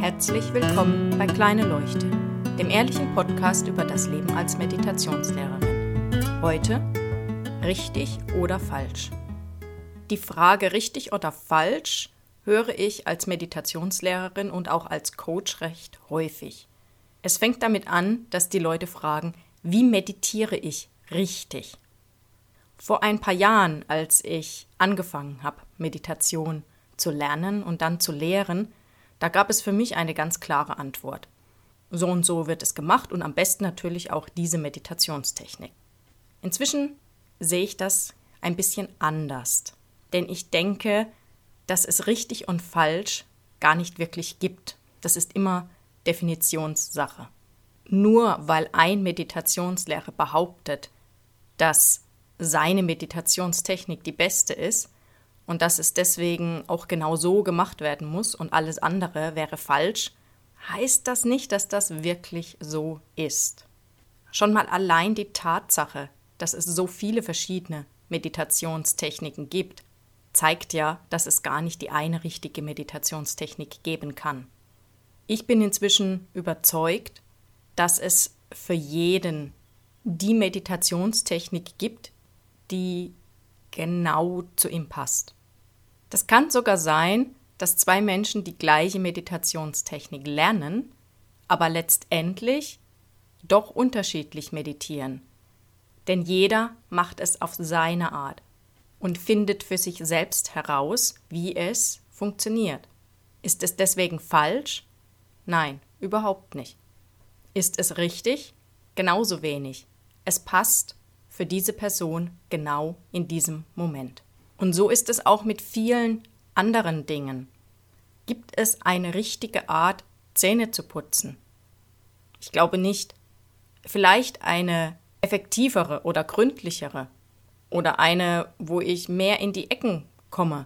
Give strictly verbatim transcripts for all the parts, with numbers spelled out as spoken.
Herzlich willkommen bei Kleine Leuchte, dem ehrlichen Podcast über das Leben als Meditationslehrerin. Heute richtig oder falsch. Die Frage richtig oder falsch höre ich als Meditationslehrerin und auch als Coach recht häufig. Es fängt damit an, dass die Leute fragen, wie meditiere ich richtig? Vor ein paar Jahren, als ich angefangen habe, Meditation zu lernen und dann zu lehren, da gab es für mich eine ganz klare Antwort. So und so wird es gemacht und am besten natürlich auch diese Meditationstechnik. Inzwischen sehe ich das ein bisschen anders, denn ich denke, dass es richtig und falsch gar nicht wirklich gibt. Das ist immer Definitionssache. Nur weil ein Meditationslehrer behauptet, dass seine Meditationstechnik die beste ist und dass es deswegen auch genau so gemacht werden muss und alles andere wäre falsch, heißt das nicht, dass das wirklich so ist. Schon mal allein die Tatsache, dass es so viele verschiedene Meditationstechniken gibt, zeigt ja, dass es gar nicht die eine richtige Meditationstechnik geben kann. Ich bin inzwischen überzeugt, dass es für jeden die Meditationstechnik gibt, die genau zu ihm passt. Das kann sogar sein, dass zwei Menschen die gleiche Meditationstechnik lernen, aber letztendlich doch unterschiedlich meditieren. Denn jeder macht es auf seine Art und findet für sich selbst heraus, wie es funktioniert. Ist es deswegen falsch? Nein, überhaupt nicht. Ist es richtig? Genauso wenig. Es passt für diese Person genau in diesem Moment. Und so ist es auch mit vielen anderen Dingen. Gibt es eine richtige Art, Zähne zu putzen? Ich glaube nicht. Vielleicht eine effektivere oder gründlichere oder eine, wo ich mehr in die Ecken komme.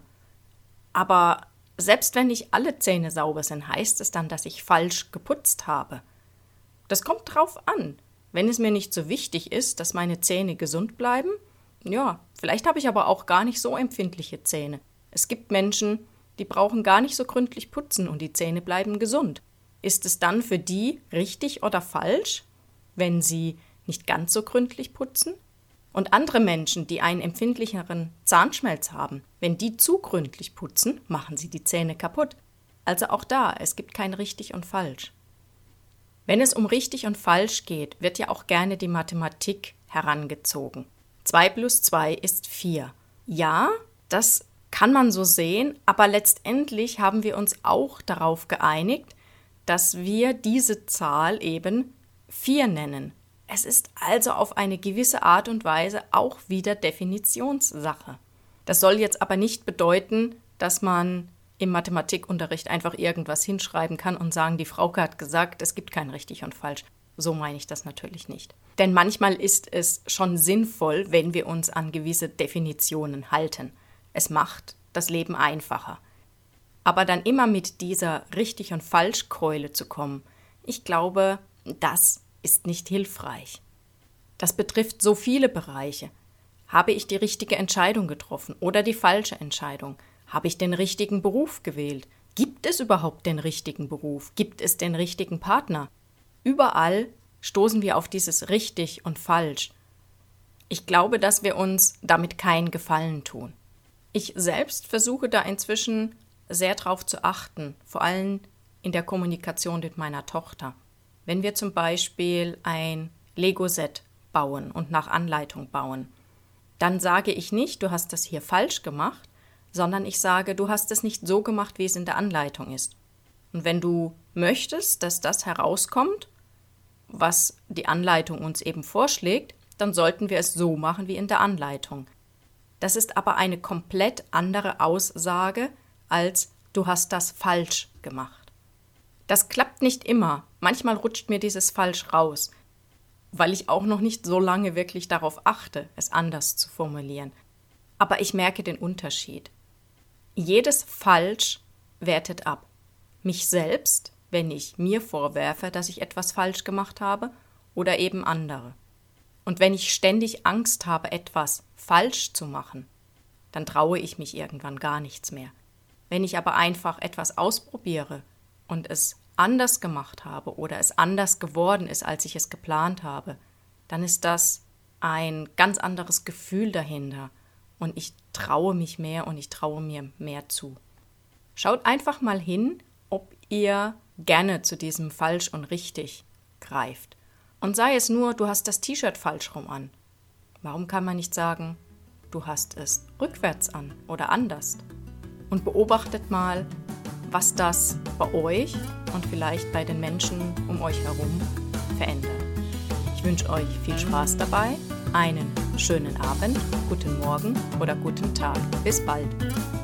Aber selbst wenn nicht alle Zähne sauber sind, heißt es dann, dass ich falsch geputzt habe. Das kommt drauf an. Wenn es mir nicht so wichtig ist, dass meine Zähne gesund bleiben, ja, vielleicht habe ich aber auch gar nicht so empfindliche Zähne. Es gibt Menschen, die brauchen gar nicht so gründlich putzen und die Zähne bleiben gesund. Ist es dann für die richtig oder falsch, wenn sie nicht ganz so gründlich putzen? Und andere Menschen, die einen empfindlicheren Zahnschmelz haben, wenn die zu gründlich putzen, machen sie die Zähne kaputt. Also auch da, es gibt kein richtig und falsch. Wenn es um richtig und falsch geht, wird ja auch gerne die Mathematik herangezogen. zwei plus zwei ist vier. Ja, das kann man so sehen, aber letztendlich haben wir uns auch darauf geeinigt, dass wir diese Zahl eben vier nennen. Es ist also auf eine gewisse Art und Weise auch wieder Definitionssache. Das soll jetzt aber nicht bedeuten, dass man im Mathematikunterricht einfach irgendwas hinschreiben kann und sagen, die Frauke hat gesagt, es gibt kein richtig und falsch. So meine ich das natürlich nicht. Denn manchmal ist es schon sinnvoll, wenn wir uns an gewisse Definitionen halten. Es macht das Leben einfacher. Aber dann immer mit dieser richtig und falsch Keule zu kommen, ich glaube, das ist nicht hilfreich. Das betrifft so viele Bereiche. Habe ich die richtige Entscheidung getroffen oder die falsche Entscheidung? Habe ich den richtigen Beruf gewählt? Gibt es überhaupt den richtigen Beruf? Gibt es den richtigen Partner? Überall stoßen wir auf dieses richtig und falsch. Ich glaube, dass wir uns damit keinen Gefallen tun. Ich selbst versuche da inzwischen sehr drauf zu achten, vor allem in der Kommunikation mit meiner Tochter. Wenn wir zum Beispiel ein Lego-Set bauen und nach Anleitung bauen, dann sage ich nicht, du hast das hier falsch gemacht, sondern ich sage, du hast es nicht so gemacht, wie es in der Anleitung ist. Und wenn du möchtest, dass das herauskommt, was die Anleitung uns eben vorschlägt, dann sollten wir es so machen wie in der Anleitung. Das ist aber eine komplett andere Aussage, als du hast das falsch gemacht. Das klappt nicht immer. Manchmal rutscht mir dieses falsch raus, weil ich auch noch nicht so lange wirklich darauf achte, es anders zu formulieren. Aber ich merke den Unterschied. Jedes Falsch wertet ab. Mich selbst, wenn ich mir vorwerfe, dass ich etwas falsch gemacht habe, oder eben andere. Und wenn ich ständig Angst habe, etwas falsch zu machen, dann traue ich mich irgendwann gar nichts mehr. Wenn ich aber einfach etwas ausprobiere und es anders gemacht habe oder es anders geworden ist, als ich es geplant habe, dann ist das ein ganz anderes Gefühl dahinter und ich traue mich mehr und ich traue mir mehr zu. Schaut einfach mal hin, ob ihr gerne zu diesem falsch und richtig greift. Und sei es nur, du hast das T-Shirt falsch rum an. Warum kann man nicht sagen, du hast es rückwärts an oder anders? Und beobachtet mal, was das bei euch und vielleicht bei den Menschen um euch herum verändert. Ich wünsche euch viel Spaß dabei, einen schönen Abend, guten Morgen oder guten Tag. Bis bald.